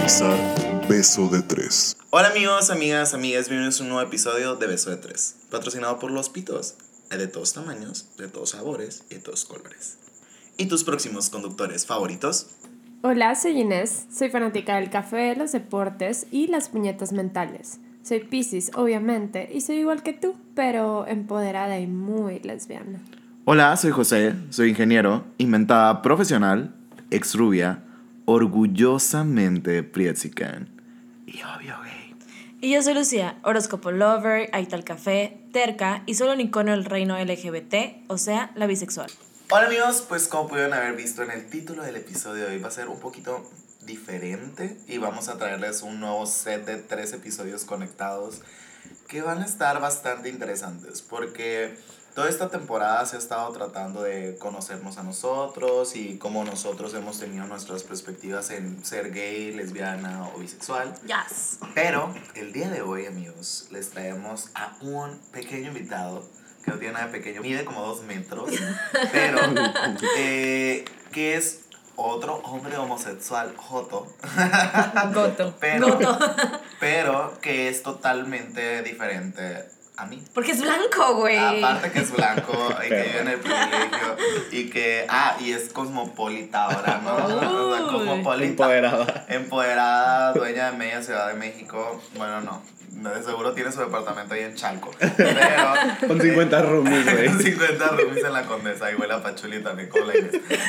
sintonizar Beso de Tres. Hola amigos, amigas, bienvenidos a un nuevo episodio de Beso de Tres, patrocinado por Los Pitos. Hay de todos tamaños, de todos sabores y de todos colores. ¿Y tus próximos conductores favoritos? Hola, soy Inés, soy fanática del café, los deportes y las puñetas mentales. Soy Piscis, obviamente, y soy igual que tú, pero empoderada y muy lesbiana. Hola, soy José, soy ingeniero, inventada profesional, ex rubia, orgullosamente prietsican y obvio gay. Y yo soy Lucía, horóscopo lover, adicta al café, terca y solo un icono del reino LGBT, o sea, la bisexual. Hola amigos, pues como pudieron haber visto en el título del episodio de hoy va a ser un poquito diferente y vamos a traerles un nuevo set de 3 episodios conectados que van a estar bastante interesantes porque toda esta temporada se ha estado tratando de conocernos a nosotros y cómo nosotros hemos tenido nuestras perspectivas en ser gay, lesbiana o bisexual. Yes. Pero el día de hoy, amigos, les traemos a un pequeño invitado que no tiene nada de pequeño, mide como 2 metros, pero que es otro hombre homosexual joto. Goto. Pero que es totalmente diferente a mí. Porque es blanco, güey. Aparte que es blanco y que vive en el privilegio y que, y es cosmopolita ahora, ¿no? O sea, cosmopolita. Empoderada, dueña de media Ciudad de México. Bueno, no. De seguro tiene su departamento ahí en Chalco. Pero con 50 roomies, güey. Con 50 roomies en la Condesa. Y huele a Pachuli también con la Inés.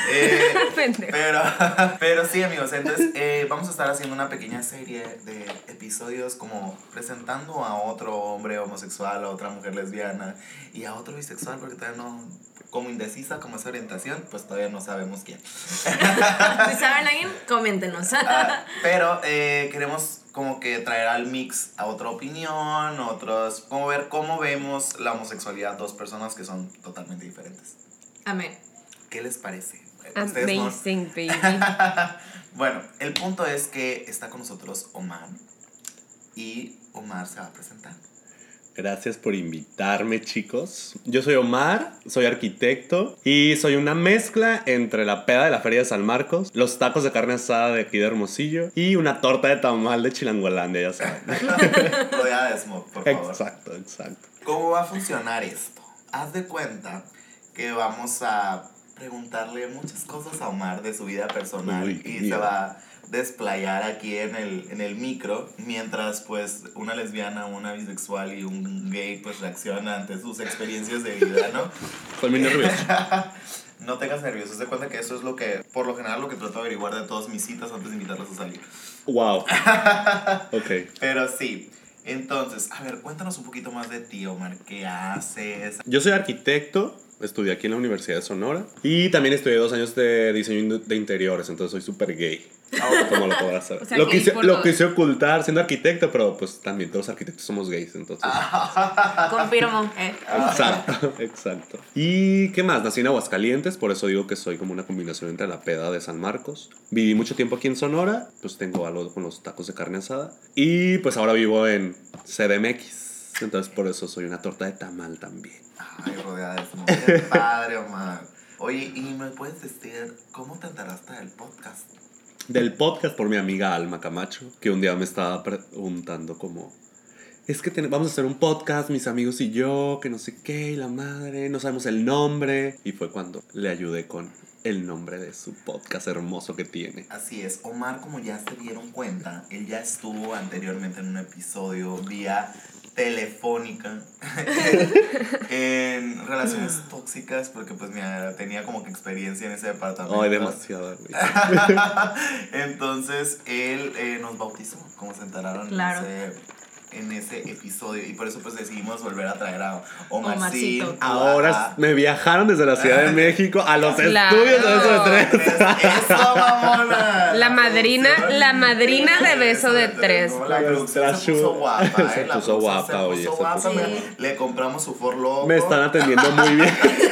Pero sí, amigos. Entonces, vamos a estar haciendo una pequeña serie de episodios como presentando a otro hombre homosexual, a otra mujer lesbiana y a otro bisexual, porque todavía no, como indecisa como esa orientación, pues todavía no sabemos quién. Si saben alguien, coméntenos. Pero queremos como que traer al mix a otra opinión, como ver cómo vemos la homosexualidad, 2 personas que son totalmente diferentes. Amén. ¿Qué les parece? Amazing, baby. Bueno, el punto es que está con nosotros Omar y Omar se va a presentar. Gracias por invitarme, chicos. Yo soy Omar, soy arquitecto y soy una mezcla entre la peda de la Feria de San Marcos, los tacos de carne asada de aquí de Hermosillo y una torta de tamal de Chilangolandia, ya saben. Rodeada de smoke, por favor. Exacto. ¿Cómo va a funcionar esto? Haz de cuenta que vamos a preguntarle muchas cosas a Omar de su vida personal y se va a desplayar aquí en el micro, mientras pues una lesbiana, una bisexual y un gay pues reacciona ante sus experiencias de vida, ¿no? Estoy muy nervioso. No tengas nervioso, haz de cuenta que eso es lo que, por lo general, lo que trato de averiguar de todas mis citas antes de invitarlas a salir. Wow. Ok. Pero sí. Entonces, a ver, cuéntanos un poquito más de ti, Omar. ¿Qué haces? Yo soy arquitecto, estudié aquí en la Universidad de Sonora y también estudié 2 años de diseño de interiores, entonces soy súper gay. Como lo podrás saber. O sea, lo quise ocultar siendo arquitecto, pero pues también todos los arquitectos somos gays, entonces. Confirmo. Exacto. ¿Y qué más? Nací en Aguascalientes, por eso digo que soy como una combinación entre la peda de San Marcos. Viví mucho tiempo aquí en Sonora, pues tengo algo con los tacos de carne asada. Y pues ahora vivo en CDMX, entonces por eso soy una torta de tamal también. Ay, rodeada de smoke. Qué padre, Omar. Oye, ¿y me puedes decir cómo te enteraste del podcast? Del podcast por mi amiga Alma Camacho, que un día me estaba preguntando como, es que vamos a hacer un podcast, mis amigos y yo, que no sé qué, y la madre, no sabemos el nombre. Y fue cuando le ayudé con el nombre de su podcast hermoso que tiene. Así es, Omar, como ya se dieron cuenta, él ya estuvo anteriormente en un episodio vía telefónica en relaciones tóxicas, porque pues mira, tenía como que experiencia en ese departamento. Ay, demasiado, güey. Entonces él nos bautizó, como se enteraron. Claro. En ese episodio, y por eso pues decidimos volver a traer a Omarcito. Ahora me viajaron desde la Ciudad de México a los estudios de Beso de Tres. ¡Eso, mamona! La madrina de Beso de Tres. No, la producción se puso guapa, Se puso guapa, oye. Le compramos su For Loco. Me están atendiendo muy bien.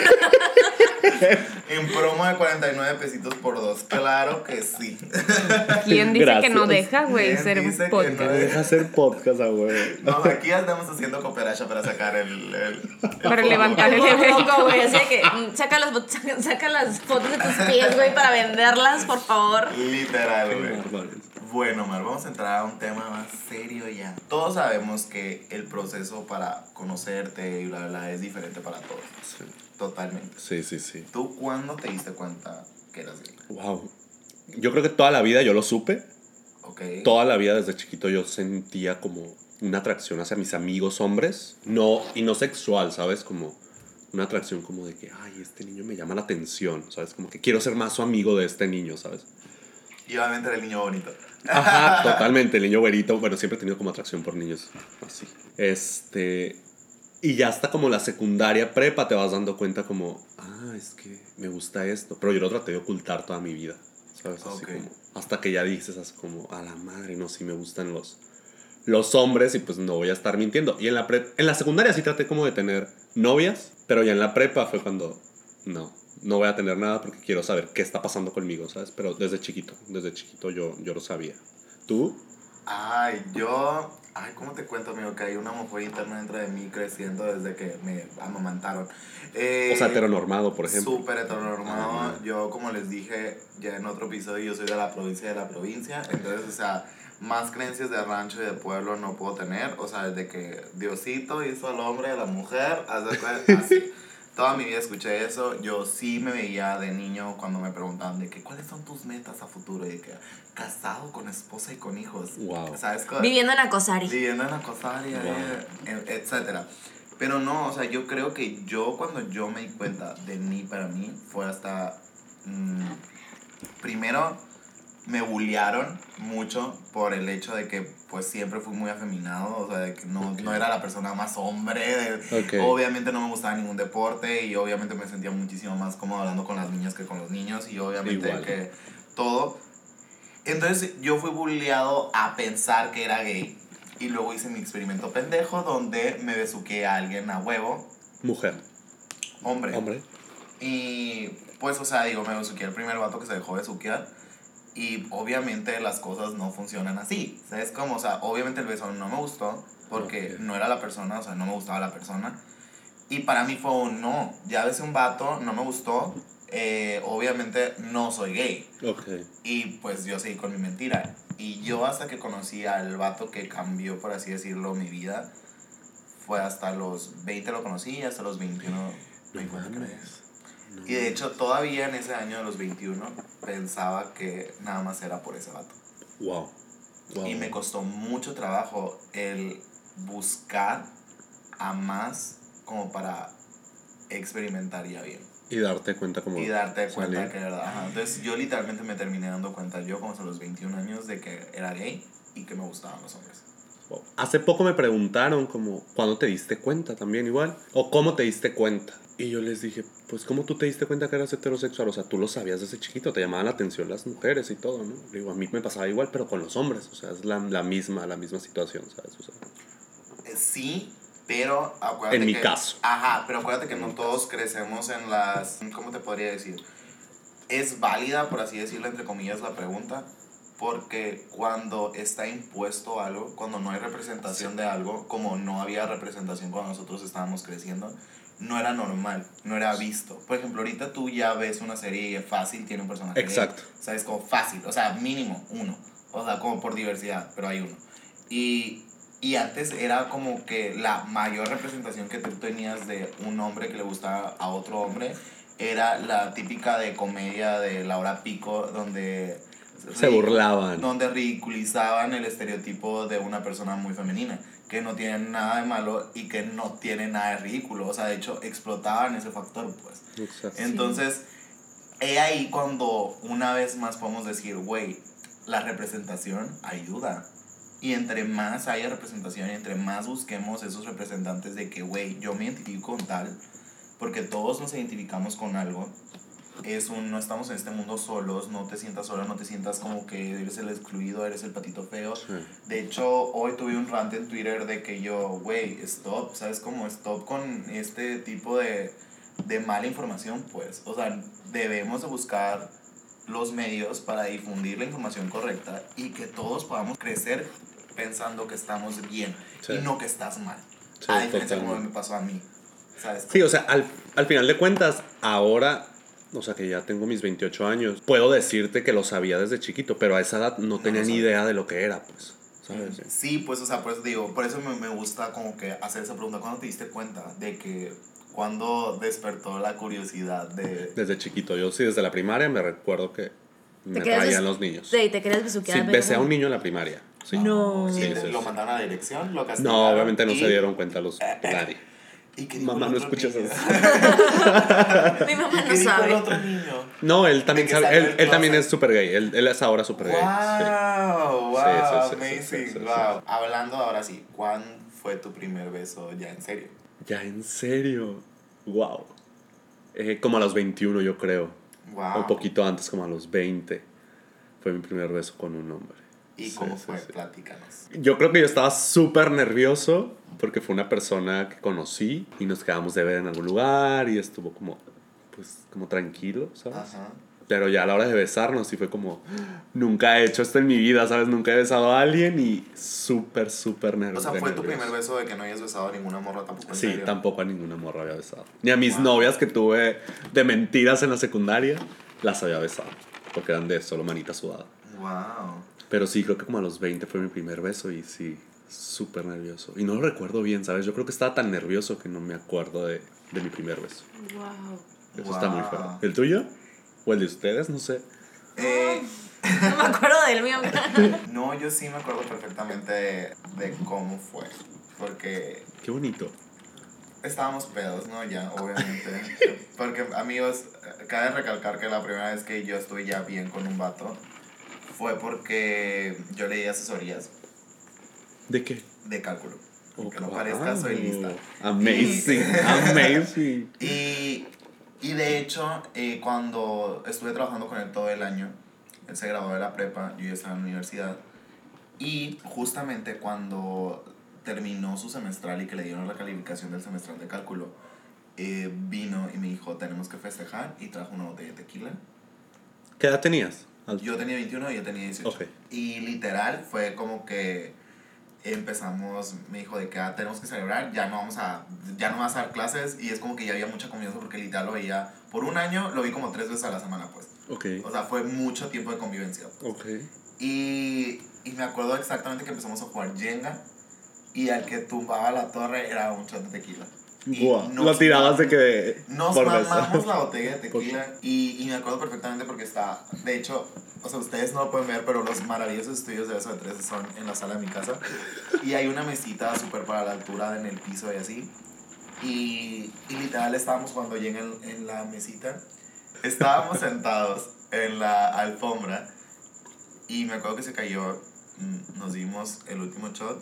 En promo de 49 pesitos por 2. Claro que sí. ¿Quién dice Gracias. que no deja, güey, ¿Quién ser un dice que podcast? no? Deja hacer podcast, güey. No, aquí andamos haciendo cooperacha para sacar Para levantar el Loco, güey, así de que saca las fotos de tus pies, güey, para venderlas, por favor. Literal, güey. Bueno, Mar, vamos a entrar a un tema más serio ya. Todos sabemos que el proceso para conocerte y bla, bla, bla es diferente para todos. Sí. Totalmente. Sí. ¿Tú cuándo te diste cuenta que eras gay? Wow. Yo creo que toda la vida yo lo supe. Ok. Toda la vida desde chiquito yo sentía como una atracción hacia mis amigos hombres. No, y no sexual, ¿sabes? Como una atracción como de que, ay, este niño me llama la atención, ¿sabes? Como que quiero ser más su amigo de este niño, ¿sabes? Y obviamente era el niño bonito. Ajá, totalmente. El niño güerito, bueno, siempre he tenido como atracción por niños así. Y ya hasta como la secundaria prepa te vas dando cuenta como, es que me gusta esto. Pero yo lo traté de ocultar toda mi vida, ¿sabes? Así Ok. como, hasta que ya dices así como, a la madre, no, sí me gustan los hombres y pues no voy a estar mintiendo. Y en la secundaria sí traté como de tener novias, pero ya en la prepa fue cuando, no voy a tener nada porque quiero saber qué está pasando conmigo, ¿sabes? Pero desde chiquito yo lo sabía. ¿Tú? ¿Cómo te cuento, amigo? Que hay una mujer interna dentro de mí creciendo desde que me amamantaron. O sea, heteronormado, por ejemplo. Súper heteronormado. Yo, como les dije ya en otro episodio, yo soy de la provincia. Entonces, o sea, más creencias de rancho y de pueblo no puedo tener. O sea, desde que Diosito hizo al hombre y a la mujer, así. Toda mi vida escuché eso. Yo sí me veía de niño cuando me preguntaban de que ¿cuáles son tus metas a futuro? Y de que casado con esposa y con hijos. Wow. ¿Sabes? Viviendo en Acosari. Viviendo en Acosaria, etcétera. Pero no, o sea, yo creo que cuando yo me di cuenta de mí para mí fue hasta primero me bullearon mucho por el hecho de que pues siempre fui muy afeminado, o sea, de que no era la persona más hombre, obviamente no me gustaba ningún deporte y obviamente me sentía muchísimo más cómodo hablando con las niñas que con los niños y obviamente Igual. que todo. Entonces yo fui bulleado a pensar que era gay y luego hice mi experimento pendejo donde me besuqué a alguien a huevo, Mujer. hombre. Y pues, o sea, me besuqué al primer vato que se dejó besuquear. Y obviamente las cosas no funcionan así. ¿Sabes cómo? O sea, obviamente el beso no me gustó porque no era la persona, o sea, no me gustaba la persona. Y para mí fue un no. Ya besé un vato, no me gustó. Obviamente no soy gay. Ok. Y pues yo seguí con mi mentira. Y yo hasta que conocí al vato que cambió, por así decirlo, mi vida, fue hasta los 20 lo conocí y hasta los 21 me di cuenta que era gay. Y de hecho, todavía en ese año de los 21 pensaba que nada más era por ese vato. Wow. Y me costó mucho trabajo el buscar a más como para experimentar ya bien. Y darte cuenta como... Y darte cuenta salir. que era verdad. Ajá. Entonces yo literalmente me terminé dando cuenta yo como a los 21 años de que era gay y que me gustaban los hombres. Wow. Hace poco me preguntaron como, ¿cuándo te diste cuenta también igual? ¿O cómo te diste cuenta? Y yo les dije, pues ¿cómo tú te diste cuenta que eras heterosexual? O sea, tú lo sabías desde chiquito, te llamaban la atención las mujeres y todo, ¿no? Digo, a mí me pasaba igual, pero con los hombres, o sea, es la misma situación, ¿sabes? O sea, sí, pero acuérdate en mi que, caso. Ajá, pero acuérdate que no todos crecemos en las... ¿Cómo te podría decir? Es válida, por así decirlo, entre comillas, la pregunta, porque cuando está impuesto algo, cuando no hay representación de algo, como no había representación cuando nosotros estábamos creciendo, no era normal, no era visto. Por ejemplo, ahorita tú ya ves una serie fácil, tiene un personaje Exacto. gay, ¿sabes? Como fácil, o sea, mínimo uno, o sea, como por diversidad, pero hay uno. Y antes era como que la mayor representación que tú tenías de un hombre que le gustaba a otro hombre era la típica de comedia de Laura Pico, donde se burlaban. Donde ridiculizaban el estereotipo de una persona muy femenina, que no tiene nada de malo y que no tiene nada de ridículo. O sea, de hecho, explotaban ese factor, pues. Exacto. Entonces, es ahí cuando una vez más podemos decir, güey, la representación ayuda. Y entre más haya representación y entre más busquemos esos representantes de que, güey, yo me identifico con tal, porque todos nos identificamos con algo. No estamos en este mundo solos, no te sientas sola, no te sientas como que eres el excluido, eres el patito feo. Sí. De hecho, hoy tuve un rant en Twitter de que güey, stop, ¿sabes cómo? Stop con este tipo de mala información, pues. O sea, debemos de buscar los medios para difundir la información correcta y que todos podamos crecer pensando que estamos bien y no que estás mal. Sí, a diferencia totalmente. como me pasó a mí, ¿sabes? Sí, o sea, al final de cuentas, ahora o sea que ya tengo mis 28 años, puedo decirte que lo sabía desde chiquito, pero a esa edad no tenía lo ni sabía. idea de lo que era, pues, ¿sabes? Sí, pues, o sea, por eso digo, por eso me gusta como que hacer esa pregunta. ¿Cuándo te diste cuenta de que, cuando despertó la curiosidad de... Desde chiquito, yo sí, desde la primaria me recuerdo que me querías traían los niños. Sí, te querías Sí, besuquear. besé a un niño en la primaria. Sí. No. ¿Y Sí, sí, lo sí. mandaron a la dirección? ¿Lo castigaron? No, obviamente no Y- se dieron cuenta nadie. ¿Y qué dijo Mamá, el no otro escuchas niño? eso. Mi mamá ¿Qué no dijo el sabe. otro niño? No, él también De que sabe, salió del él también closet. es súper gay, él es ahora súper gay. Sí. Wow, wow, Sí, sí, sí, amazing, sí, sí, sí, wow. Hablando ahora sí, ¿cuándo fue tu primer beso ya en serio? Ya, en serio. Wow. Como a los 21, yo creo. Wow. Un poquito antes, como a los 20. Fue mi primer beso con un hombre. ¿Y Sí, cómo sí, fue? sí. Platícanos. Yo creo que yo estaba súper nervioso porque fue una persona que conocí y nos quedamos de ver en algún lugar y estuvo como, pues, como tranquilo, ¿sabes? Ajá. Pero ya a la hora de besarnos sí fue como, nunca he hecho esto en mi vida, ¿sabes? Nunca he besado a alguien y súper, súper O nervioso. sea, ¿fue tu primer beso de que no hayas besado a ninguna morra tampoco en Sí, serio? tampoco a ninguna morra había besado. Ni a mis Wow. novias que tuve de mentiras en la secundaria, las había besado. Porque eran de solo manita sudada. Wow. Pero sí, creo que como a los 20 fue mi primer beso y sí, súper nervioso. Y no lo recuerdo bien, ¿sabes? Yo creo que estaba tan nervioso que no me acuerdo de mi primer beso. Wow. Eso está muy Wow. feo. ¿El tuyo? ¿O el de ustedes? No sé. No me acuerdo del mío. No, yo sí me acuerdo perfectamente de cómo fue. Porque Qué bonito. estábamos pedos, ¿no? Ya, obviamente. Porque, amigos, cabe recalcar que la primera vez que yo estuve ya bien con un vato fue porque yo leí asesorías ¿De qué? de cálculo. Oh, Aunque no wow. parezca, soy lista. Amazing, amazing. Y de hecho, cuando estuve trabajando con él todo el año, él se graduó de la prepa, yo ya estaba en la universidad. Y justamente cuando terminó su semestral y que le dieron la calificación del semestral de cálculo, vino y me dijo, tenemos que festejar, y trajo una botella de tequila. ¿Qué edad tenías? Yo tenía 21 y yo tenía 18. Ok. Y literal fue como que empezamos, me dijo de que tenemos que celebrar, ya no vas a dar clases, y es como que ya había mucha confianza porque literal lo veía, por un año lo vi como 3 veces a la semana, pues. Ok. O sea, fue mucho tiempo de convivencia. Ok. Y me acuerdo exactamente que empezamos a jugar Jenga y al que tumbaba la torre era un shot de tequila. Y Guau. Lo tirabas de que. nos por mamamos beso. la botella de tequila y me acuerdo perfectamente porque está, de hecho, o sea, ustedes no lo pueden ver, pero los maravillosos estudios de Beso de Tres son en la sala de mi casa. Y hay una mesita súper para la altura en el piso y así. Y literal estábamos cuando llegan en la mesita. Estábamos sentados en la alfombra y me acuerdo que se cayó, nos dimos el último shot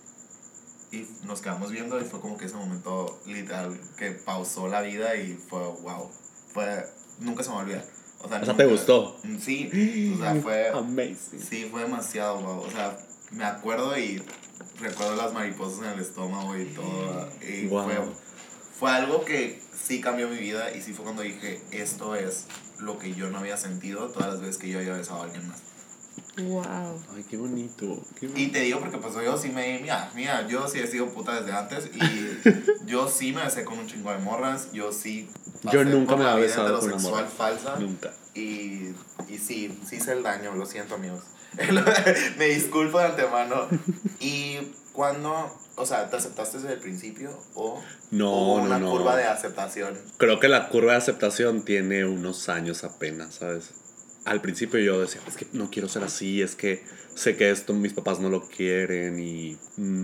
y nos quedamos viendo y fue como que ese momento literal que pausó la vida y fue wow. Nunca se me va a olvidar. O sea, ¿te gustó? Sí, o sea, fue... Amazing. Sí, fue demasiado wow. O sea, me acuerdo y recuerdo las mariposas en el estómago y todo. Y Wow. fue algo que sí cambió mi vida y sí fue cuando dije, esto es lo que yo no había sentido todas las veces que yo había besado a alguien más. Wow. Ay, qué bonito. Qué Y bonito. te digo porque pues yo sí mira, yo sí he sido puta desde antes y yo sí me besé con un chingo de morras, yo sí pasé Yo nunca por me la había vida besado con una heterosexual morra. falsa. Nunca. Y sí hice el daño, lo siento, amigos. Me disculpo de antemano. ¿Y cuando, o sea, te aceptaste desde el principio o No, hubo no, una no. curva de aceptación? Creo que la curva de aceptación tiene unos años apenas, ¿sabes? Al principio yo decía, es que no quiero ser así, es que sé que esto mis papás no lo quieren y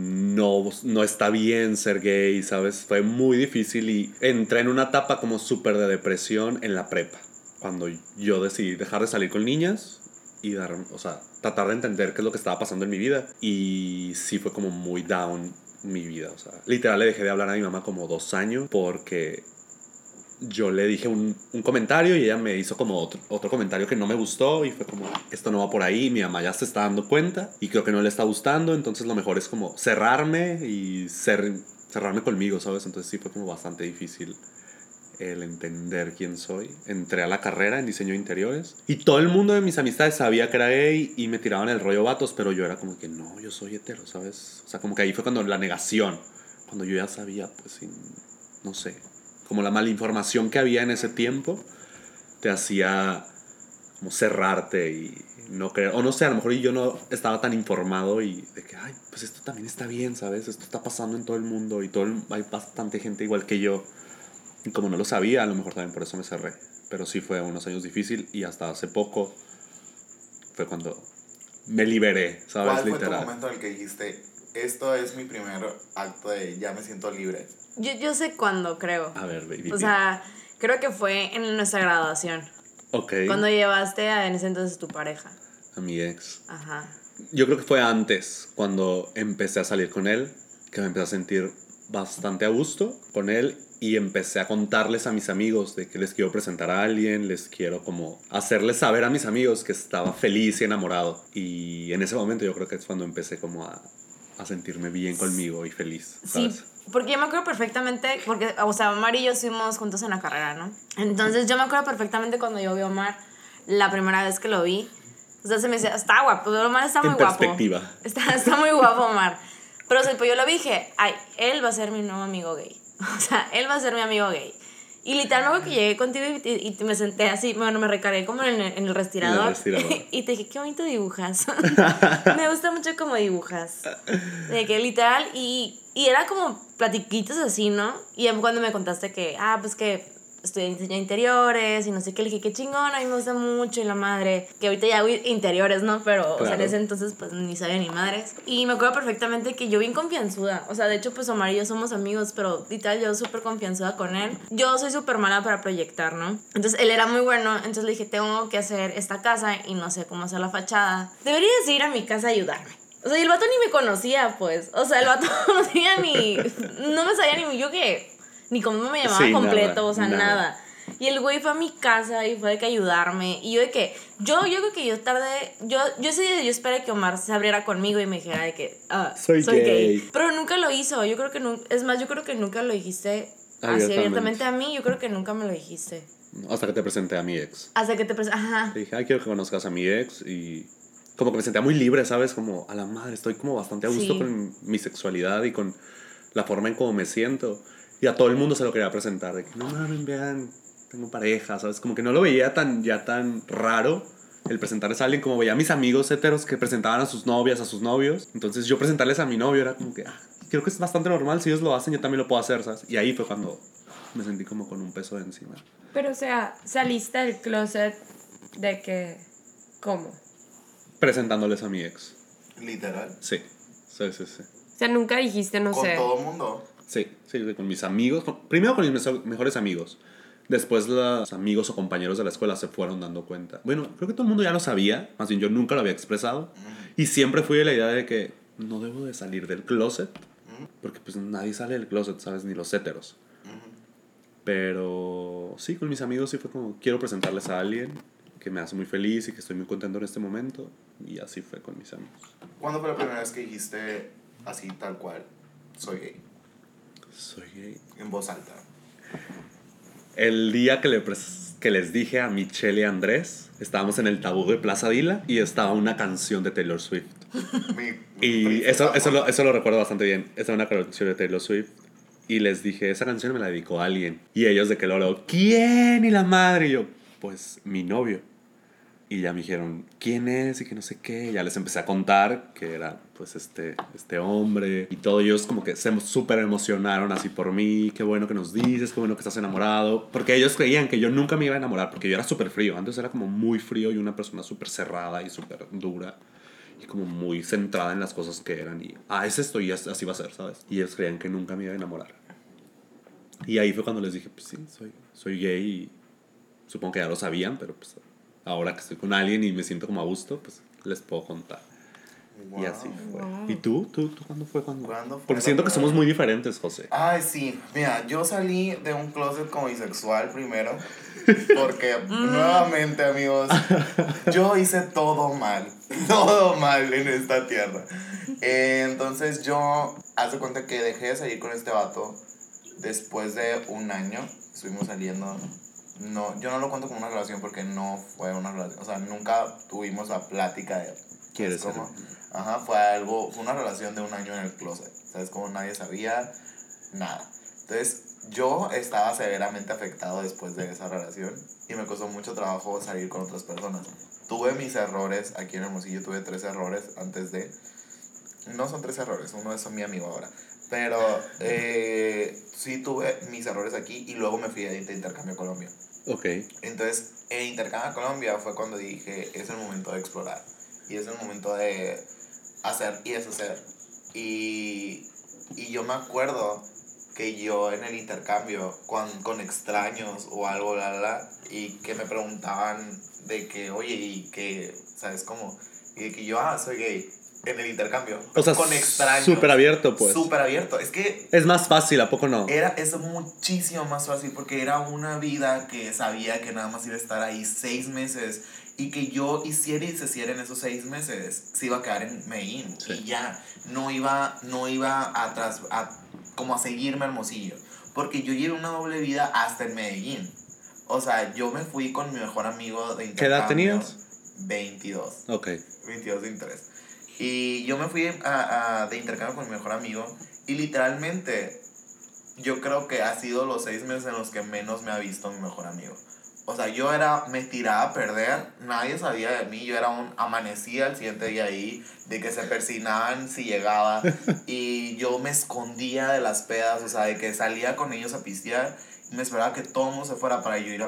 no está bien ser gay, ¿sabes? Fue muy difícil y entré en una etapa como súper de depresión en la prepa. Cuando yo decidí dejar de salir con niñas y tratar de entender qué es lo que estaba pasando en mi vida. Y sí fue como muy down mi vida, o sea, literal le dejé de hablar a mi mamá como 2 años porque yo le dije un comentario y ella me hizo como otro comentario que no me gustó y fue como, esto no va por ahí, mi mamá ya se está dando cuenta y creo que no le está gustando, entonces lo mejor es como cerrarme y cerrarme conmigo, ¿sabes? Entonces sí fue como bastante difícil el entender quién soy. Entré a la carrera en diseño de interiores y todo el mundo de mis amistades sabía que era gay y me tiraban el rollo vatos, pero yo era como que no, yo soy hetero, ¿sabes? O sea, como que ahí fue cuando la negación, cuando yo ya sabía, pues, no sé, como la malinformación que había en ese tiempo, te hacía como cerrarte y no creer, o no sé, a lo mejor yo no estaba tan informado y de que, ay, pues esto también está bien, ¿sabes? Esto está pasando en todo el mundo y hay bastante gente igual que yo. Y como no lo sabía, a lo mejor también por eso me cerré. Pero sí fue unos años difícil y hasta hace poco fue cuando me liberé, ¿sabes? ¿Cuál fue Literal. tu momento en el que dijiste, esto es mi primer acto de ya me siento libre? Yo sé cuándo, creo. A ver, baby. O sea, creo que fue en nuestra graduación. Ok. Cuando llevaste en ese entonces tu pareja. A mi ex. Ajá. Yo creo que fue antes, cuando empecé a salir con él, que me empecé a sentir bastante a gusto con él y empecé a contarles a mis amigos de que les quiero presentar a alguien, les quiero como hacerles saber a mis amigos que estaba feliz y enamorado. Y en ese momento yo creo que es cuando empecé como a sentirme bien conmigo y feliz, ¿sabes? Sí, porque yo me acuerdo perfectamente, porque, o sea, Omar y yo estuvimos juntos en la carrera, ¿no? Entonces yo me acuerdo perfectamente cuando yo vi a Omar la primera vez que lo vi. O sea, se me decía, está guapo, Omar está muy En guapo. perspectiva. Está muy guapo Omar. Pero o sea, pues yo lo vi y dije, ay, él va a ser mi nuevo amigo gay. O sea, él va a ser mi amigo gay. Y literalmente que llegué contigo y me senté así, bueno, me recargué como en el respirador. En el respirador. Y te dije, qué bonito dibujas. Me gusta mucho cómo dibujas. De que literal, y era como platiquitos así, ¿no? Y cuando me contaste que, pues que estudié diseño de interiores y no sé qué, le dije, qué chingón, a mí me gusta mucho y la madre, que ahorita ya hago interiores, ¿no? Pero, Claro. o sea, en ese entonces, pues, ni sabía ni madres. Y me acuerdo perfectamente que yo bien confianzuda, o sea, de hecho, pues, Omar y yo somos amigos, pero, literal, yo súper confianzuda con él. Yo soy súper mala para proyectar, ¿no? Entonces, él era muy bueno, entonces le dije, tengo que hacer esta casa y no sé cómo hacer la fachada. Deberías ir a mi casa a ayudarme. O sea, y el vato ni me conocía, pues. O sea, el vato no tenía no me sabía ni yo qué... Ni cómo me llamaba Sí, completo, nada, o sea, nada. Y el güey fue a mi casa y fue de que ayudarme. Y yo de que, yo creo que yo tardé, yo ese día yo esperé que Omar se abriera conmigo y me dijera de que, Soy gay. Pero nunca lo hizo, yo creo que es más, yo creo que nunca lo dijiste así abiertamente a mí, yo creo que nunca me lo dijiste. Hasta que te presenté a mi ex. Hasta que te ajá. Te dije, ay, quiero que conozcas a mi ex y como que me sentía muy libre, ¿sabes? Como, a la madre, estoy como bastante a gusto Sí. con mi sexualidad y con la forma en cómo me siento. Y a todo el mundo se lo quería presentar, de que no mames, vean, tengo pareja, ¿sabes? Como que no lo veía tan raro el presentarles a alguien, como veía a mis amigos heteros que presentaban a sus novias, a sus novios. Entonces yo presentarles a mi novio era como que, creo que es bastante normal, si ellos lo hacen, yo también lo puedo hacer, ¿sabes? Y ahí fue cuando me sentí como con un peso de encima. Pero, o sea, saliste del closet de que... ¿Cómo? Presentándoles a mi ex. Literal. Sí. O sea, nunca dijiste, no Con sé... todo el mundo. Sí, con mis amigos. Primero con mis mejores amigos. Después los amigos o compañeros de la escuela se fueron dando cuenta. Bueno, creo que todo el mundo ya lo sabía. Más bien, yo nunca lo había expresado. Y siempre fui de la idea de que no debo de salir del closet. Porque pues nadie sale del closet, ¿sabes? Ni los héteros. Pero sí, con mis amigos sí fue como, quiero presentarles a alguien que me hace muy feliz y que estoy muy contento en este momento. Y así fue con mis amigos. ¿Cuándo fue la primera vez que dijiste así, tal cual, soy gay? Soy gay. En voz alta. El día que les dije a Michelle y a Andrés, estábamos en el tabú de Plaza Dila y estaba una canción de Taylor Swift. Y eso lo recuerdo bastante bien. Estaba una canción de Taylor Swift y les dije, esa canción me la dedicó a alguien. Y ellos de que luego, ¿quién? Y la madre. Y yo, pues mi novio. Y ya me dijeron, ¿quién es? Y que no sé qué. Y ya les empecé a contar que era pues este hombre. Y todos ellos como que se súper emocionaron así por mí. Qué bueno que nos dices, qué bueno que estás enamorado. Porque ellos creían que yo nunca me iba a enamorar. Porque yo era súper frío. Antes era como muy frío y una persona súper cerrada y súper dura. Y como muy centrada en las cosas que eran. Y es esto y así va a ser, ¿sabes? Y ellos creían que nunca me iba a enamorar. Y ahí fue cuando les dije, pues sí, soy gay. Y supongo que ya lo sabían, pero pues... Ahora que estoy con alguien y me siento como a gusto, pues les puedo contar. Wow. Y así fue. Wow. ¿Y tú? ¿Tú cuándo fue? Porque siento que somos muy diferentes, José. Ay, sí. Mira, yo salí de un closet como bisexual primero. Porque, nuevamente, amigos, yo hice todo mal. Todo mal en esta tierra. Entonces yo, haz de cuenta que dejé de salir con este vato después de un año. Estuvimos saliendo... No, yo no lo cuento como una relación porque no fue una relación, o sea, nunca tuvimos la plática de... ¿Quieres ser? Ajá, fue una relación de un año en el closet, ¿sabes? Como nadie sabía nada. Entonces, yo estaba severamente afectado después de esa relación y me costó mucho trabajo salir con otras personas. Tuve mis errores aquí en Hermosillo, tuve 3 errores antes de... No son 3 errores, uno es mi amigo ahora. Pero sí tuve mis errores aquí y luego me fui de intercambio a Colombia. Ok. Entonces, en intercambio a Colombia fue cuando dije, es el momento de explorar. Y es el momento de hacer y deshacer. Y yo me acuerdo que yo en el intercambio con extraños o algo, y que me preguntaban de que, oye, y que, ¿sabes cómo? Y de que yo, soy gay. En el intercambio. O sea, con extraños. súper abierto, pues. Súper abierto. Es que es más fácil, ¿a poco no? es muchísimo más fácil porque era una vida que sabía que nada más iba a estar ahí 6 meses y que yo hiciera y deshiciera en esos 6 meses, se iba a quedar en Medellín. Sí. Y ya, no iba atrás como a seguirme a Hermosillo. Porque yo llevé una doble vida hasta en Medellín. O sea, yo me fui con mi mejor amigo de intercambio. ¿Qué edad tenías? 22. Ok. 22, 23. Y yo me fui de intercambio con mi mejor amigo y literalmente yo creo que ha sido los 6 meses en los que menos me ha visto mi mejor amigo. O sea, me tiraba a perder, nadie sabía de mí, yo amanecía el siguiente día ahí, de que se persinaban si llegaba y yo me escondía de las pedas, o sea, de que salía con ellos a pistear y me esperaba que todo el mundo se fuera para yo ir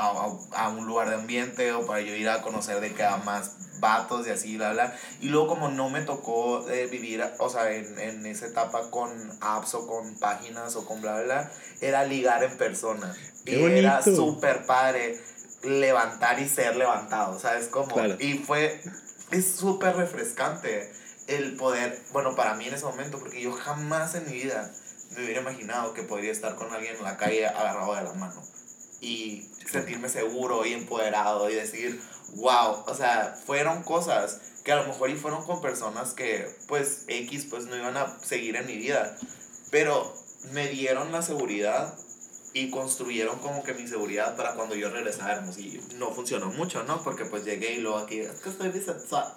a un lugar de ambiente o para yo ir a conocer de que a más vatos y así, bla, bla. Y luego como no me tocó vivir, o sea, en esa etapa con apps o con páginas o con bla, bla, era ligar en persona. Qué y bonito. era súper padre levantar y ser levantado, ¿sabes cómo? Claro. Y es súper refrescante el poder, bueno, para mí en ese momento, porque yo jamás en mi vida me hubiera imaginado que podría estar con alguien en la calle agarrado de la mano y sentirme seguro y empoderado y decir, wow, o sea, fueron cosas que a lo mejor y fueron con personas que pues pues no iban a seguir en mi vida, pero me dieron la seguridad y construyeron como que mi seguridad para cuando yo regresara a Hermosillo. No funcionó mucho, ¿no? Porque pues llegué y luego aquí, es que estoy bisexual.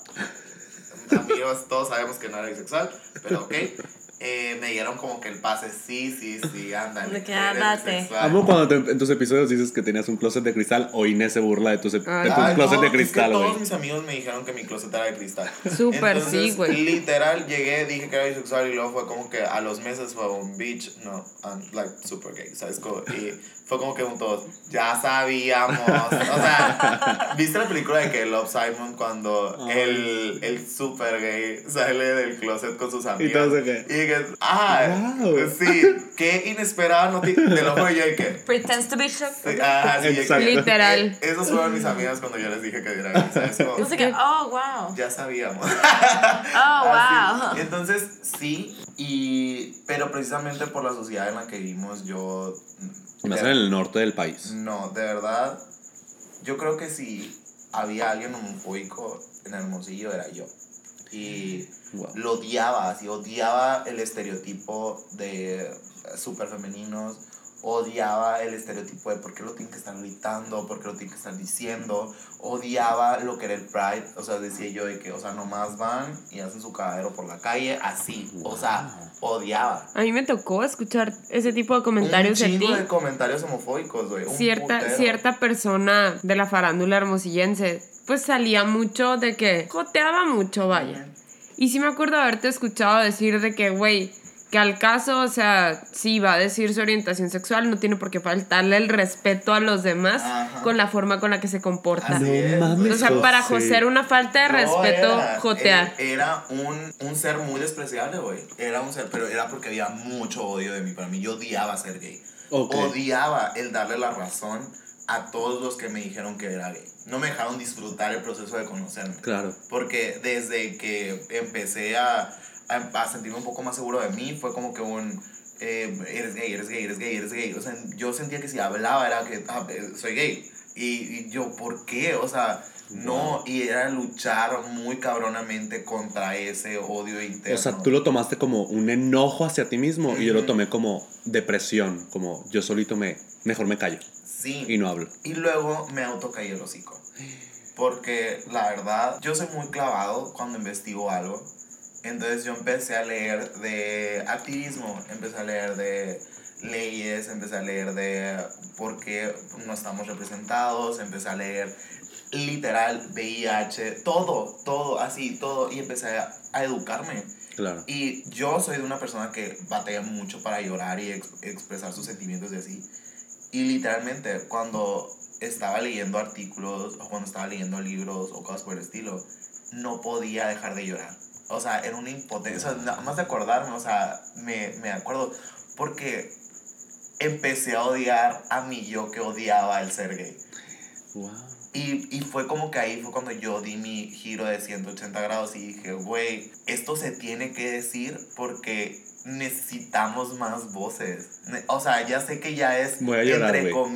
Amigos, todos sabemos que no era bisexual, pero ok. Me dieron como que el pase, sí, ándale. De que date. Amo cuando en tus episodios dices que tenías un closet de cristal o Inés se burla de tus closet de cristal, güey. güey. Todos mis amigos me dijeron que mi closet era de cristal. Súper, Entonces, sí, güey. literal, llegué, dije que era bisexual y luego fue como que a los meses fue un bitch, no, I'm like super gay, ¿sabes? Y fue como que todos, ya sabíamos. O sea, ¿viste la película de que Love, Simon, cuando el super gay sale del closet con sus amigos? ¿Y todo qué? Y que, wow. sí, qué inesperada noticia. Te lo juro yo y que. Pretends to be shocked. Sí, sí, exacto. Literal. Esos fueron mis amigas cuando yo les dije que era gay, ¿sabes? Como, No sé qué. Oh, wow. ya sabíamos. Oh, wow. Entonces, sí, pero precisamente por la sociedad en la que vivimos, yo. Más en el norte del país. No, de verdad, yo creo que si había alguien homofóbico en Hermosillo era yo. Y Wow. lo odiaba, así, odiaba el estereotipo de súper femeninos, odiaba el estereotipo de por qué lo tienen que estar gritando, por qué lo tienen que estar diciendo, odiaba lo que era el Pride, o sea, decía yo de que, o sea, nomás van y hacen su cagadero por la calle, así, o sea, odiaba. A mí me tocó escuchar ese tipo de comentarios Un de ti. chingo de comentarios homofóbicos, güey. Cierta persona de la farándula hermosillense, pues salía mucho de que joteaba mucho, vaya. Y sí me acuerdo haberte escuchado decir de que, güey, que al caso, o sea, si va a decir su orientación sexual, no tiene por qué faltarle el respeto a los demás. Ajá. Con la forma con la que se comporta. Así es, mames, o sea, para José era una falta de respeto jotear. Era un ser muy despreciable, güey. Era un ser, pero era porque había mucho odio de mí. Para mí, yo odiaba ser gay. Okay. Odiaba el darle la razón a todos los que me dijeron que era gay. No me dejaron disfrutar el proceso de conocerme. Claro. Porque desde que empecé a sentirme un poco más seguro de mí, fue como que eres gay. O sea, yo sentía que si hablaba era que soy gay. Y yo, ¿por qué? O sea, no. Y era luchar muy cabronamente contra ese odio interno. O sea, tú lo tomaste como un enojo hacia ti mismo y yo lo tomé como depresión, como yo solito mejor me callo. Sí. Y no hablo. Y luego me autocaí el hocico. Porque la verdad, yo soy muy clavado cuando investigo algo. Entonces yo empecé a leer de activismo, empecé a leer de leyes, empecé a leer de por qué no estamos representados, empecé a leer literal VIH, todo, así, todo, y empecé a educarme. Claro. Y yo soy de una persona que batalla mucho para llorar y expresar sus sentimientos y así. Y literalmente, cuando estaba leyendo artículos o cuando estaba leyendo libros o cosas por el estilo, no podía dejar de llorar. O sea, era una impotencia. O sea, nada más de acordarme, o sea, me acuerdo. Porque empecé a odiar a mi yo que odiaba el ser gay. Wow. Y fue como que ahí fue cuando yo di mi giro de 180 grados y dije, güey, esto se tiene que decir porque necesitamos más voces. O sea, ya sé que ya es, Voy a llorar, entre güey.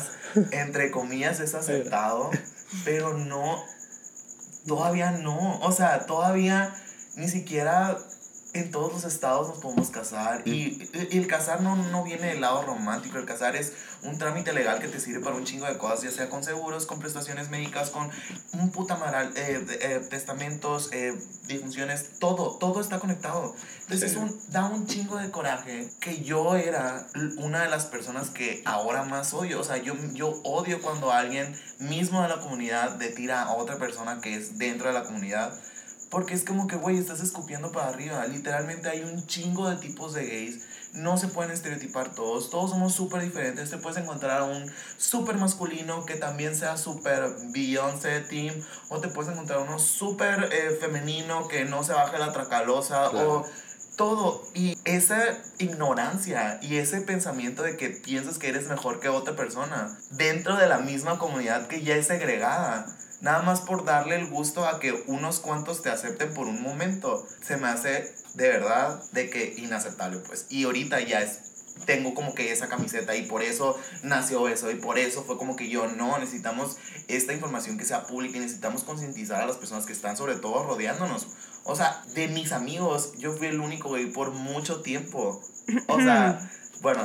comillas es aceptado, pero no, todavía no. O sea, todavía ni siquiera en todos los estados nos podemos casar. Y el casar no viene del lado romántico. El casar es un trámite legal que te sirve para un chingo de cosas, ya sea con seguros, con prestaciones médicas, con un puta maral, testamentos, difunciones, todo está conectado. Entonces Sí. da un chingo de coraje que yo era una de las personas que ahora más odio. O sea, yo odio cuando alguien mismo de la comunidad le tira a otra persona que es dentro de la comunidad. Porque es como que, güey, estás escupiendo para arriba. Literalmente hay un chingo de tipos de gays. No se pueden estereotipar todos. Todos somos súper diferentes. Te puedes encontrar a un súper masculino que también sea súper Beyoncé team. O te puedes encontrar a uno súper femenino que no se baje la tracalosa. Claro. O todo. Y esa ignorancia y ese pensamiento de que piensas que eres mejor que otra persona dentro de la misma comunidad que ya es segregada, nada más por darle el gusto a que unos cuantos te acepten por un momento, se me hace de verdad de que inaceptable, pues. Y ahorita ya tengo como que esa camiseta y por eso nació eso y por eso fue como que necesitamos esta información que sea pública y necesitamos concientizar a las personas que están sobre todo rodeándonos. O sea, de mis amigos, yo fui el único gay por mucho tiempo. O sea, bueno,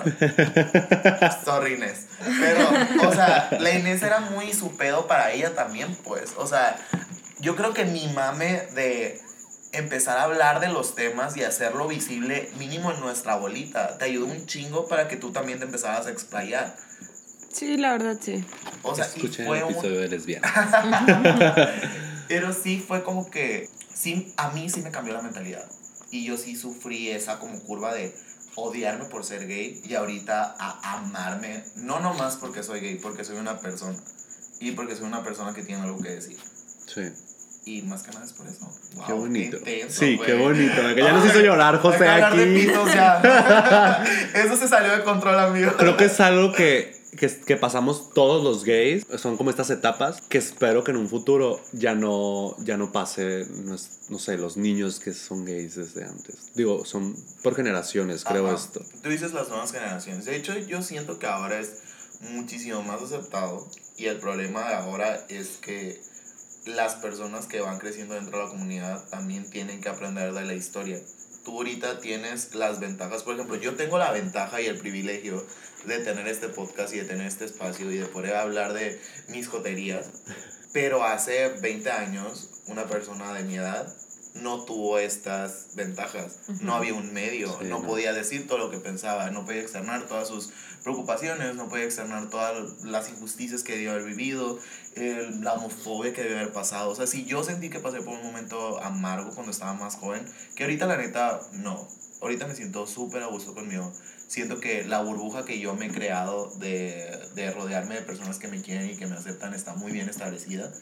sorry Inés. Pero, o sea, la Inés era muy su pedo para ella también, pues. O sea, yo creo que mi mame de empezar a hablar de los temas y hacerlo visible, mínimo en nuestra bolita, te ayudó un chingo para que tú también te empezaras a explayar. Sí, la verdad, sí. O sea, Escuchen y fue el un... episodio de lesbiana. Pero sí fue como que, sí, a mí sí me cambió la mentalidad. Y yo sí sufrí esa como curva de odiarme por ser gay y ahorita a amarme, no nomás porque soy gay, porque soy una persona. Y porque soy una persona que tiene algo que decir. Sí. Y más que nada es por eso. Wow, Qué bonito. intenso, Sí, güey. qué bonito. Que ya nos hizo llorar, José, Hay que hablar de aquí. pitos ya. Eso se salió de control, amigo. Creo que es algo que pasamos todos los gays. Son como estas etapas que espero que en un futuro ya no pase, no sé, los niños que son gays desde antes. Digo, son por generaciones, creo. Ajá. Esto. Tú dices las nuevas generaciones. De hecho, yo siento que ahora es muchísimo más aceptado. Y el problema de ahora es que las personas que van creciendo dentro de la comunidad también tienen que aprender de la historia. Tú ahorita tienes las ventajas, por ejemplo, yo tengo la ventaja y el privilegio de tener este podcast y de tener este espacio y de poder hablar de mis joterías, pero hace 20 años una persona de mi edad no tuvo estas ventajas. No había un medio, Sí, no podía decir todo lo que pensaba, no podía externar todas sus preocupaciones, no podía externar todas las injusticias que debió haber vivido, la homofobia que debió haber pasado. O sea, si yo sentí que pasé por un momento amargo cuando estaba más joven, que ahorita la neta no. Ahorita me siento súper a gusto conmigo. Siento que la burbuja que yo me he creado de rodearme de personas que me quieren y que me aceptan está muy bien establecida.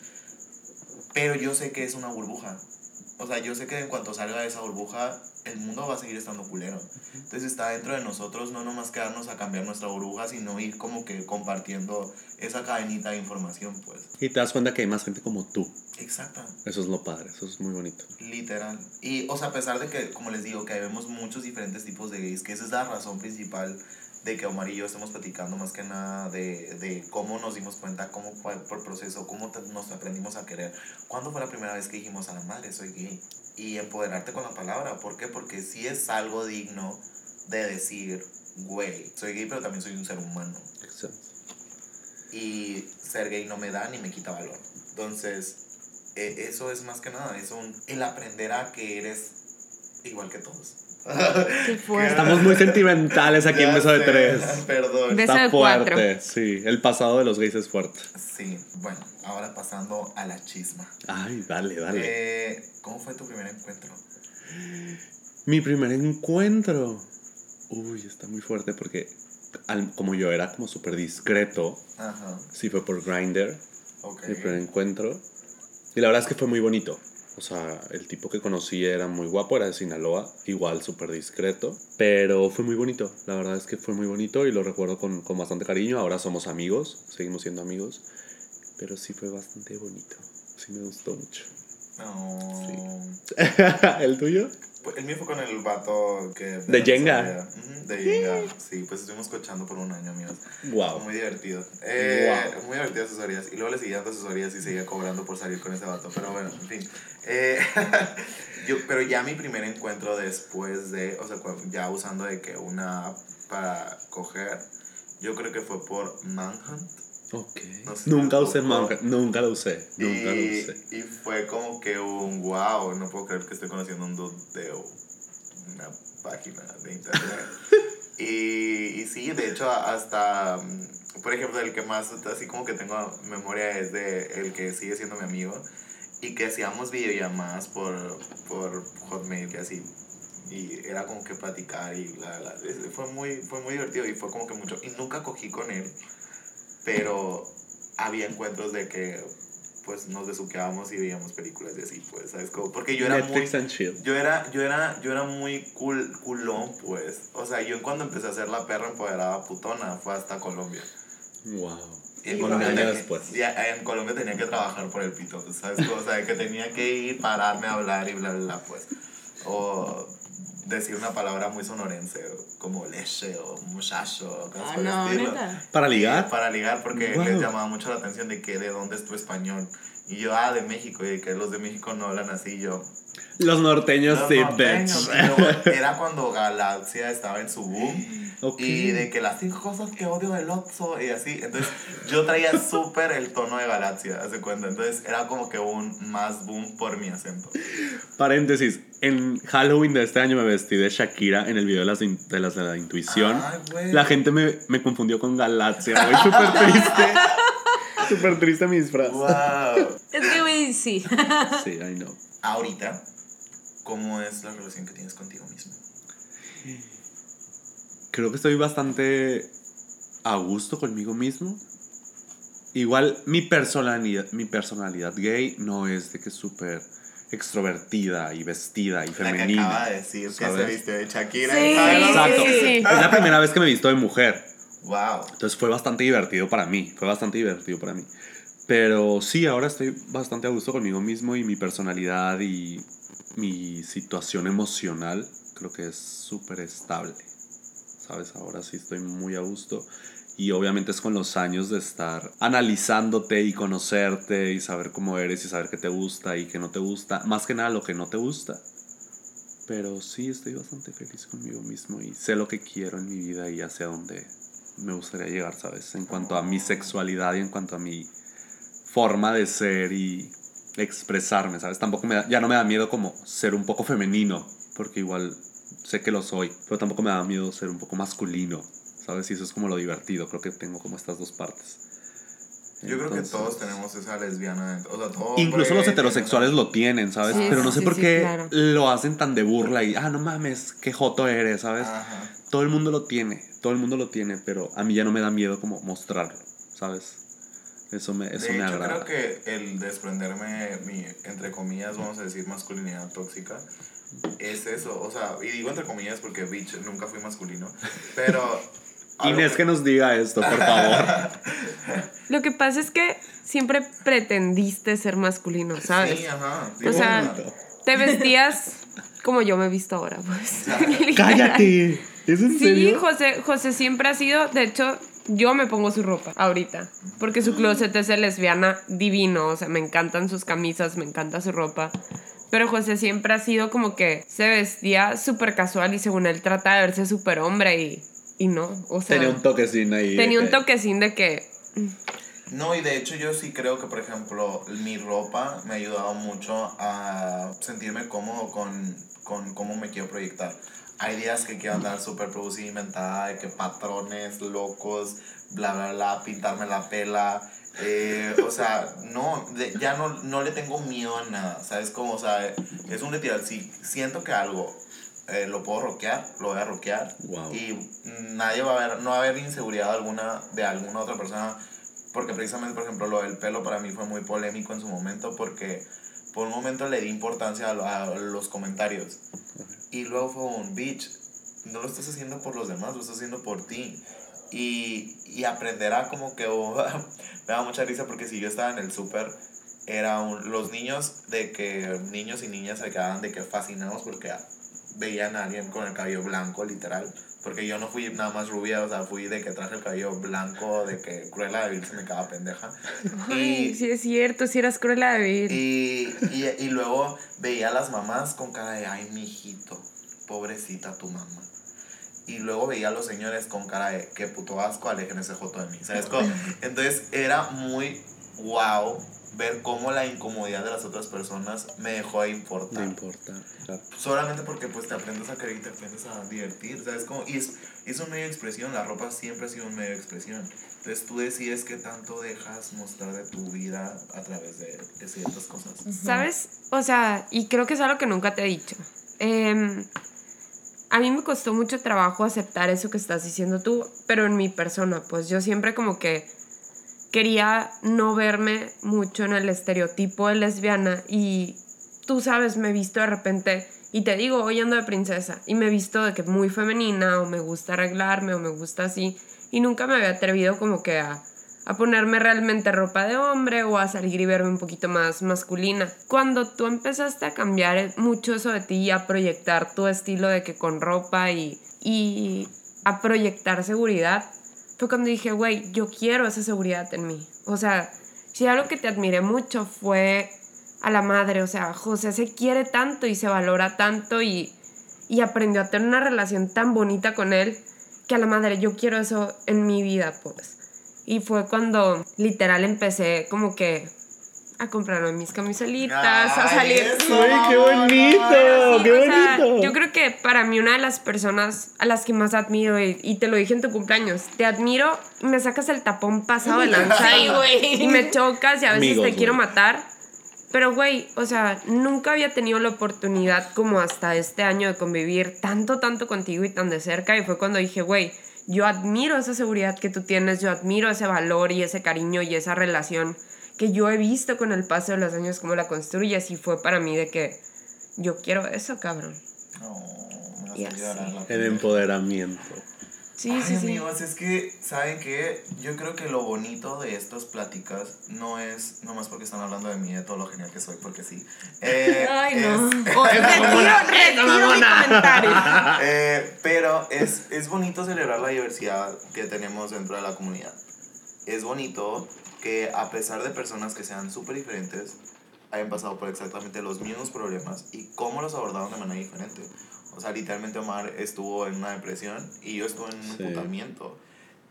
Pero yo sé que es una burbuja. O sea, yo sé que en cuanto salga de esa burbuja, el mundo va a seguir estando culero. Entonces está dentro de nosotros no nomás quedarnos a cambiar nuestra burbuja, sino ir como que compartiendo esa cadenita de información, pues. Y te das cuenta que hay más gente como tú. Exacto. Eso es lo padre, eso es muy bonito. Literal. Y, o sea, a pesar de que, como les digo, que vemos muchos diferentes tipos de gays, que esa es la razón principal de que Omar y yo estamos platicando más que nada de cómo nos dimos cuenta, cómo fue por proceso, cómo nos aprendimos a querer. ¿Cuándo fue la primera vez que dijimos a la madre, soy gay? Y empoderarte con la palabra. ¿Por qué? Porque sí es algo digno de decir, güey, soy gay, pero también soy un ser humano. Exacto. Y ser gay no me da ni me quita valor. Entonces, eso es más que nada, el aprender a que eres igual que todos. Qué fuerte. Estamos muy sentimentales aquí en Ya Beso de sé, Tres. Perdón. Beso Está de fuerte, cuatro. sí. El pasado de los gays es fuerte. Sí, bueno, ahora pasando a la chisma. Ay, dale. ¿Cómo fue tu primer encuentro? Mi primer encuentro. Uy, está muy fuerte porque como yo era como súper discreto, Ajá, sí fue por Grindr, ok. mi primer encuentro. Y la verdad es que fue muy bonito. O sea, el tipo que conocí era muy guapo, era de Sinaloa, igual súper discreto. Pero fue muy bonito, la verdad es que fue muy bonito y lo recuerdo con bastante cariño. Ahora somos amigos, seguimos siendo amigos. Pero sí fue bastante bonito, sí me gustó mucho. No. ¿El tuyo? Pues el mío fue con el vato que... De la Jenga. Rosalía. De Jenga, sí, pues estuvimos cochando por un año, amigos. Wow. Muy divertido. Wow. Muy divertidas asesorías. Y luego le seguía dando asesorías y seguía cobrando por salir con ese vato. Pero bueno, en fin. Pero ya mi primer encuentro después de, o sea, ya usando de que una app para coger, yo creo que fue por Manhunt. Ok. No sé si Nunca te usé tocó. manga, nunca lo usé, nunca lo usé. Y fue como que un wow, no puedo creer que estoy conociendo un dude de una página de internet. y sí, de hecho, hasta, por ejemplo, el que más así como que tengo memoria es de el que sigue siendo mi amigo y que hacíamos videollamadas por Hotmail y así. Y era como que platicar y fue muy divertido y fue como que mucho. Y nunca cogí con él, pero había encuentros de que pues nos besuqueábamos y veíamos películas y así, pues, ¿sabes? Como, porque yo era Netflix muy... and chill. Yo era muy culón, pues. O sea, yo cuando empecé a hacer la perra empoderada putona fue hasta Colombia. Wow. Y en Un Colombia, año después. en Colombia tenía que trabajar por el pito, ¿sabes? O sea, que tenía que ir, pararme a hablar y bla, bla, bla, pues. O decir una palabra muy sonorense, como leche o muchacho, cosas por el no, estilo. neta. ¿Para ligar? Para ligar, porque Wow. les llamaba mucho la atención de que de dónde es tu español. Y yo, de México, y de que los de México no hablan así, yo. Los norteños, Los sí, norteños, bitch. y luego era cuando Galaxia estaba en su boom. Ok. Y de que las 5 cosas que odio del Oxxo y así. Entonces yo traía súper el tono de Galaxia, ¿hace cuenta? Entonces era como que un más boom por mi acento. Paréntesis, en Halloween de este año me vestí de Shakira en el video de la intuición. Ay, güey. La gente me confundió con Galaxia, güey, súper triste. Súper triste mi disfraz. Wow. Es que, güey, sí. Sí, I know. Ahorita, ¿cómo es la relación que tienes contigo mismo? Creo que estoy bastante a gusto conmigo mismo. Igual mi personalidad gay no es de que súper extrovertida y vestida y La que femenina. acaba de decir que ¿sabes? se viste de Shakira. Sí, Exacto. sí, sí. Es la primera vez que me he visto de mujer. Wow. Entonces fue bastante divertido para mí. Pero sí, ahora estoy bastante a gusto conmigo mismo y mi personalidad y mi situación emocional creo que es súper estable. ¿Sabes? Ahora sí estoy muy a gusto. Y obviamente es con los años de estar analizándote y conocerte y saber cómo eres y saber qué te gusta y qué no te gusta. Más que nada lo que no te gusta. Pero sí estoy bastante feliz conmigo mismo y sé lo que quiero en mi vida y hacia dónde me gustaría llegar, ¿sabes? En cuanto a mi sexualidad y en cuanto a mi forma de ser y expresarme, ¿sabes? Tampoco ya no me da miedo como ser un poco femenino, porque igual sé que lo soy, pero tampoco me da miedo ser un poco masculino, ¿sabes? Y eso es como lo divertido, creo que tengo como estas dos partes. Yo creo que Entonces, todos tenemos esa lesbiana. O sea, todo incluso hombre los heterosexuales tiene lo tienen, ¿sabes? Sí, Pero no sé sí, por sí, qué claro. lo hacen tan de burla y, no mames, qué joto eres, ¿sabes? Ajá. Todo el mundo lo tiene, pero a mí ya no me da miedo como mostrarlo, ¿sabes? Eso me De hecho, agrada. creo que el desprenderme mi, entre comillas, vamos a decir, masculinidad tóxica, es eso. O sea, y digo entre comillas porque, bitch, nunca fui masculino. Pero... Inés que nos diga esto, por favor. Lo que pasa es que siempre pretendiste ser masculino, ¿sabes? Sí, ajá. Sí, O sea, bueno. te vestías como yo me he visto ahora, pues. Literal. ¡Cállate! ¿Es en Sí, serio? José siempre ha sido, de hecho, yo me pongo su ropa ahorita, porque su closet es de lesbiana divino, o sea, me encantan sus camisas, me encanta su ropa. Pero José siempre ha sido como que se vestía súper casual y según él trata de verse súper hombre y no, o sea... Tenía un toquecín ahí. Tenía un toquecín de que... No, y de hecho yo sí creo que, por ejemplo, mi ropa me ha ayudado mucho a sentirme cómodo con cómo me quiero proyectar. Hay días que quiero andar súper producida y inventada, de que patrones locos, bla, bla, bla, pintarme la pela. O sea, ya no le tengo miedo a nada, ¿sabes? Como, o sea, es un literal. Si siento que algo lo puedo rockear, lo voy a rockear. Wow. Y nadie va a ver, no va a haber inseguridad alguna de alguna otra persona. Porque precisamente, por ejemplo, lo del pelo para mí fue muy polémico en su momento, porque por un momento le di importancia a los comentarios. Y luego fue un bitch, no lo estás haciendo por los demás, lo estás haciendo por ti. Y aprenderá como que me da mucha risa, porque si yo estaba en el súper, los niños niños y niñas se quedaban de que fascinados porque veían a alguien con el cabello blanco, literal. Porque yo no fui nada más rubia, o sea, fui de que traje el cabello blanco, de que Cruella de Vil se me quedaba pendeja. Ay, sí es cierto, si eras Cruella de Vil. Y luego veía a las mamás con cara de, ay, mijito, pobrecita tu mamá. Y luego veía a los señores con cara de, qué puto asco, alejen ese joto de mí, ¿sabes? Entonces era muy wow ver cómo la incomodidad de las otras personas me dejó de importar. No importa, claro. Solamente porque pues te aprendes a querer y te aprendes a divertir, ¿sabes? Y es un medio de expresión, la ropa siempre ha sido un medio de expresión. Entonces tú decides qué tanto dejas mostrar de tu vida a través de ciertas cosas. ¿Sabes? O sea, y creo que es algo que nunca te he dicho. A mí me costó mucho trabajo aceptar eso que estás diciendo tú, pero en mi persona, pues yo siempre como que quería no verme mucho en el estereotipo de lesbiana, y tú sabes, me he visto de repente, y te digo, hoy ando de princesa, y me he visto de que muy femenina, o me gusta arreglarme, o me gusta así, y nunca me había atrevido como que a ponerme realmente ropa de hombre, o a salir y verme un poquito más masculina. Cuando tú empezaste a cambiar mucho eso de ti y a proyectar tu estilo de que con ropa y a proyectar seguridad, fue cuando dije, güey, yo quiero esa seguridad en mí. O sea, si algo que te admiré mucho fue a la madre. O sea, José se quiere tanto y se valora tanto y aprendió a tener una relación tan bonita con él, que a la madre, yo quiero eso en mi vida, pues. Y fue cuando literal empecé como que a comprarme mis camisolitas, a salir. ¡Güey, qué bonito! Sí, ¡Qué o sea, bonito! yo creo que para mí una de las personas a las que más admiro, y te lo dije en tu cumpleaños, te admiro y me sacas el tapón pasado de lanza. Sí, güey. Y me chocas y a veces Amigos, te quiero güey. matar. Pero, güey, o sea, nunca había tenido la oportunidad como hasta este año de convivir tanto contigo y tan de cerca. Y fue cuando dije, güey, yo admiro esa seguridad que tú tienes, yo admiro ese valor y ese cariño y esa relación que yo he visto con el paso de los años, cómo la construyes. Y fue para mí de que yo quiero eso, cabrón. No, me vas Y a llorar así. la El empoderamiento. Sí, Ay, sí, sí. amigos, es que, ¿saben qué? Yo creo que lo bonito de estas pláticas no es nomás porque están hablando de mí, de todo lo genial que soy, porque sí. Ay, no. Retiro mi comentario. Pero es bonito celebrar la diversidad que tenemos dentro de la comunidad. Es bonito que, a pesar de personas que sean súper diferentes, hayan pasado por exactamente los mismos problemas y cómo los abordaron de manera diferente. O sea, literalmente Omar estuvo en una depresión y yo estuve en un Sí. emputamiento.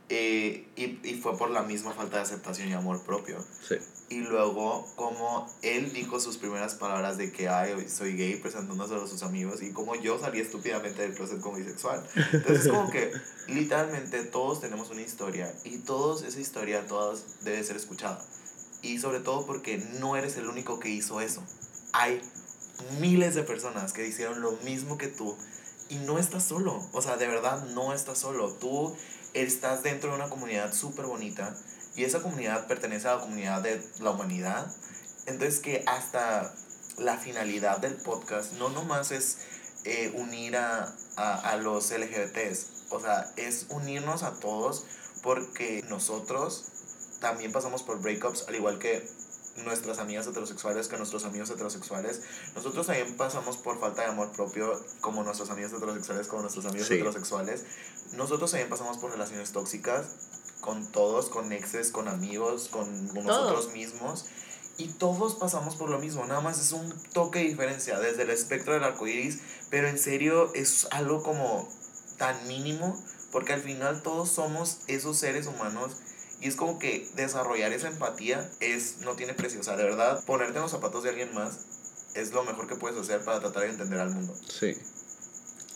Y fue por la misma falta de aceptación y amor propio. Sí. Y luego, como él dijo sus primeras palabras de que, ay, soy gay, presentándoselo a sus amigos, y como yo salí estúpidamente del closet como bisexual. Entonces, es como que, literalmente, todos tenemos una historia, y esa historia, todas debe ser escuchada. Y sobre todo porque no eres el único que hizo eso. Hay miles de personas que hicieron lo mismo que tú, y no estás solo. O sea, de verdad, no estás solo. Tú estás dentro de una comunidad súper bonita, y esa comunidad pertenece a la comunidad de la humanidad. Entonces, que hasta la finalidad del podcast no nomás es unir a los LGBTs. O sea, es unirnos a todos, porque nosotros también pasamos por breakups, al igual que nuestras amigas heterosexuales, que nuestros amigos heterosexuales. Nosotros también pasamos por falta de amor propio, como nuestros amigos heterosexuales, como nuestros amigos Sí. heterosexuales. Nosotros también pasamos por relaciones tóxicas, con todos, con exes, con amigos, con nosotros mismos. Y todos pasamos por lo mismo, nada más es un toque de diferencia desde el espectro del arco iris, pero en serio es algo como tan mínimo, porque al final todos somos esos seres humanos. Y es como que desarrollar esa empatía no tiene precio. O sea, de verdad, ponerte en los zapatos de alguien más es lo mejor que puedes hacer para tratar de entender al mundo. Sí.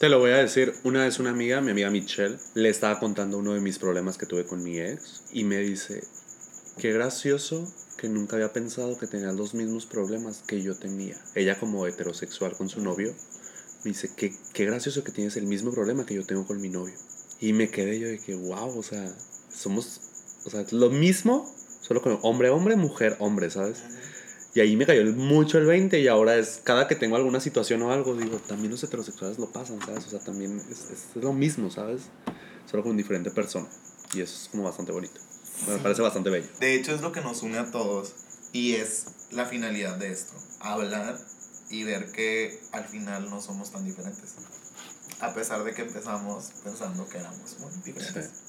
Te lo voy a decir. Una vez una amiga, mi amiga Michelle, le estaba contando uno de mis problemas que tuve con mi ex y me dice, qué gracioso que nunca había pensado que tenía los mismos problemas que yo tenía. Ella como heterosexual con su novio, me dice, qué gracioso que tienes el mismo problema que yo tengo con mi novio. Y me quedé yo de que, wow, o sea, somos, o sea, lo mismo, solo con hombre, hombre, mujer, hombre, ¿sabes? Y ahí me cayó mucho el 20 y ahora es, cada que tengo alguna situación o algo, digo, también los heterosexuales lo pasan, ¿sabes? O sea, también es lo mismo, ¿sabes? Solo con diferente persona. Y eso es como bastante bonito. Me parece bastante bello. De hecho, es lo que nos une a todos y es la finalidad de esto. Hablar y ver que al final no somos tan diferentes. A pesar de que empezamos pensando que éramos muy diferentes. Sí.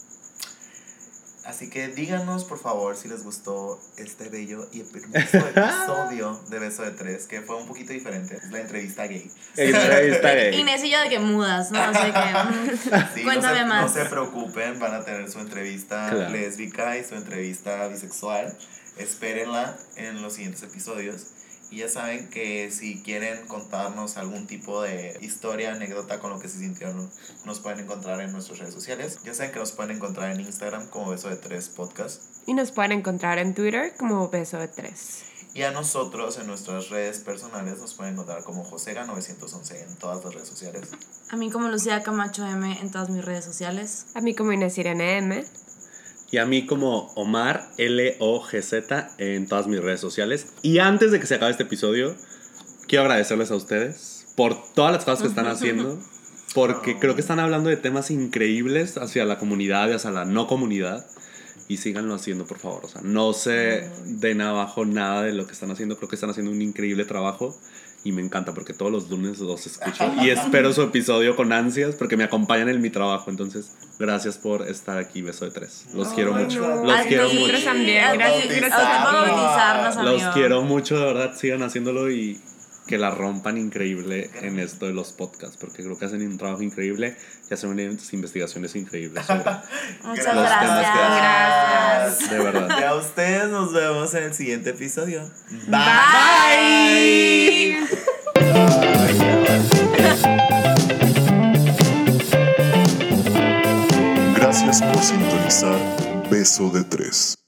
Así que díganos, por favor, si les gustó este bello y hermoso episodio de Beso de Tres, que fue un poquito diferente. Es la entrevista gay. Entrevista gay. Inés y yo de que mudas, ¿no? O sea que... Sí, Cuéntame más. No se preocupen, van a tener su entrevista Claro. lésbica y su entrevista bisexual. Espérenla en los siguientes episodios. Y ya saben que si quieren contarnos algún tipo de historia, anécdota con lo que se sintieron, nos pueden encontrar en nuestras redes sociales. Ya saben que nos pueden encontrar en Instagram como Beso de Tres Podcast. Y nos pueden encontrar en Twitter como Beso de Tres. Y a nosotros en nuestras redes personales nos pueden encontrar como Josega911 en todas las redes sociales. A mí como Lucía Camacho M en todas mis redes sociales. A mí como Inés Irene M. Y a mí como Omar LOGZ en todas mis redes sociales. Y antes de que se acabe este episodio, quiero agradecerles a ustedes por todas las cosas que están haciendo. Porque creo que están hablando de temas increíbles hacia la comunidad y hacia la no comunidad. Y síganlo haciendo, por favor. O sea, no se den abajo nada de lo que están haciendo. Creo que están haciendo un increíble trabajo. Y me encanta porque todos los lunes los escucho. Y espero su episodio con ansias porque me acompañan en mi trabajo. Entonces, gracias por estar aquí, Beso de Tres. Los quiero mucho. no. Los A quiero ti, mucho. también. a ti, Gracias a usted por bautizarnos, amigo. Los quiero mucho, de verdad. Sigan haciéndolo y que la rompan increíble en esto de los podcasts. Porque creo que hacen un trabajo increíble y hacen unas investigaciones increíbles sobre Muchas los temas que gracias. hacen. De verdad. Y a ustedes nos vemos en el siguiente episodio. Bye. Gracias por sintonizar Beso de Tres.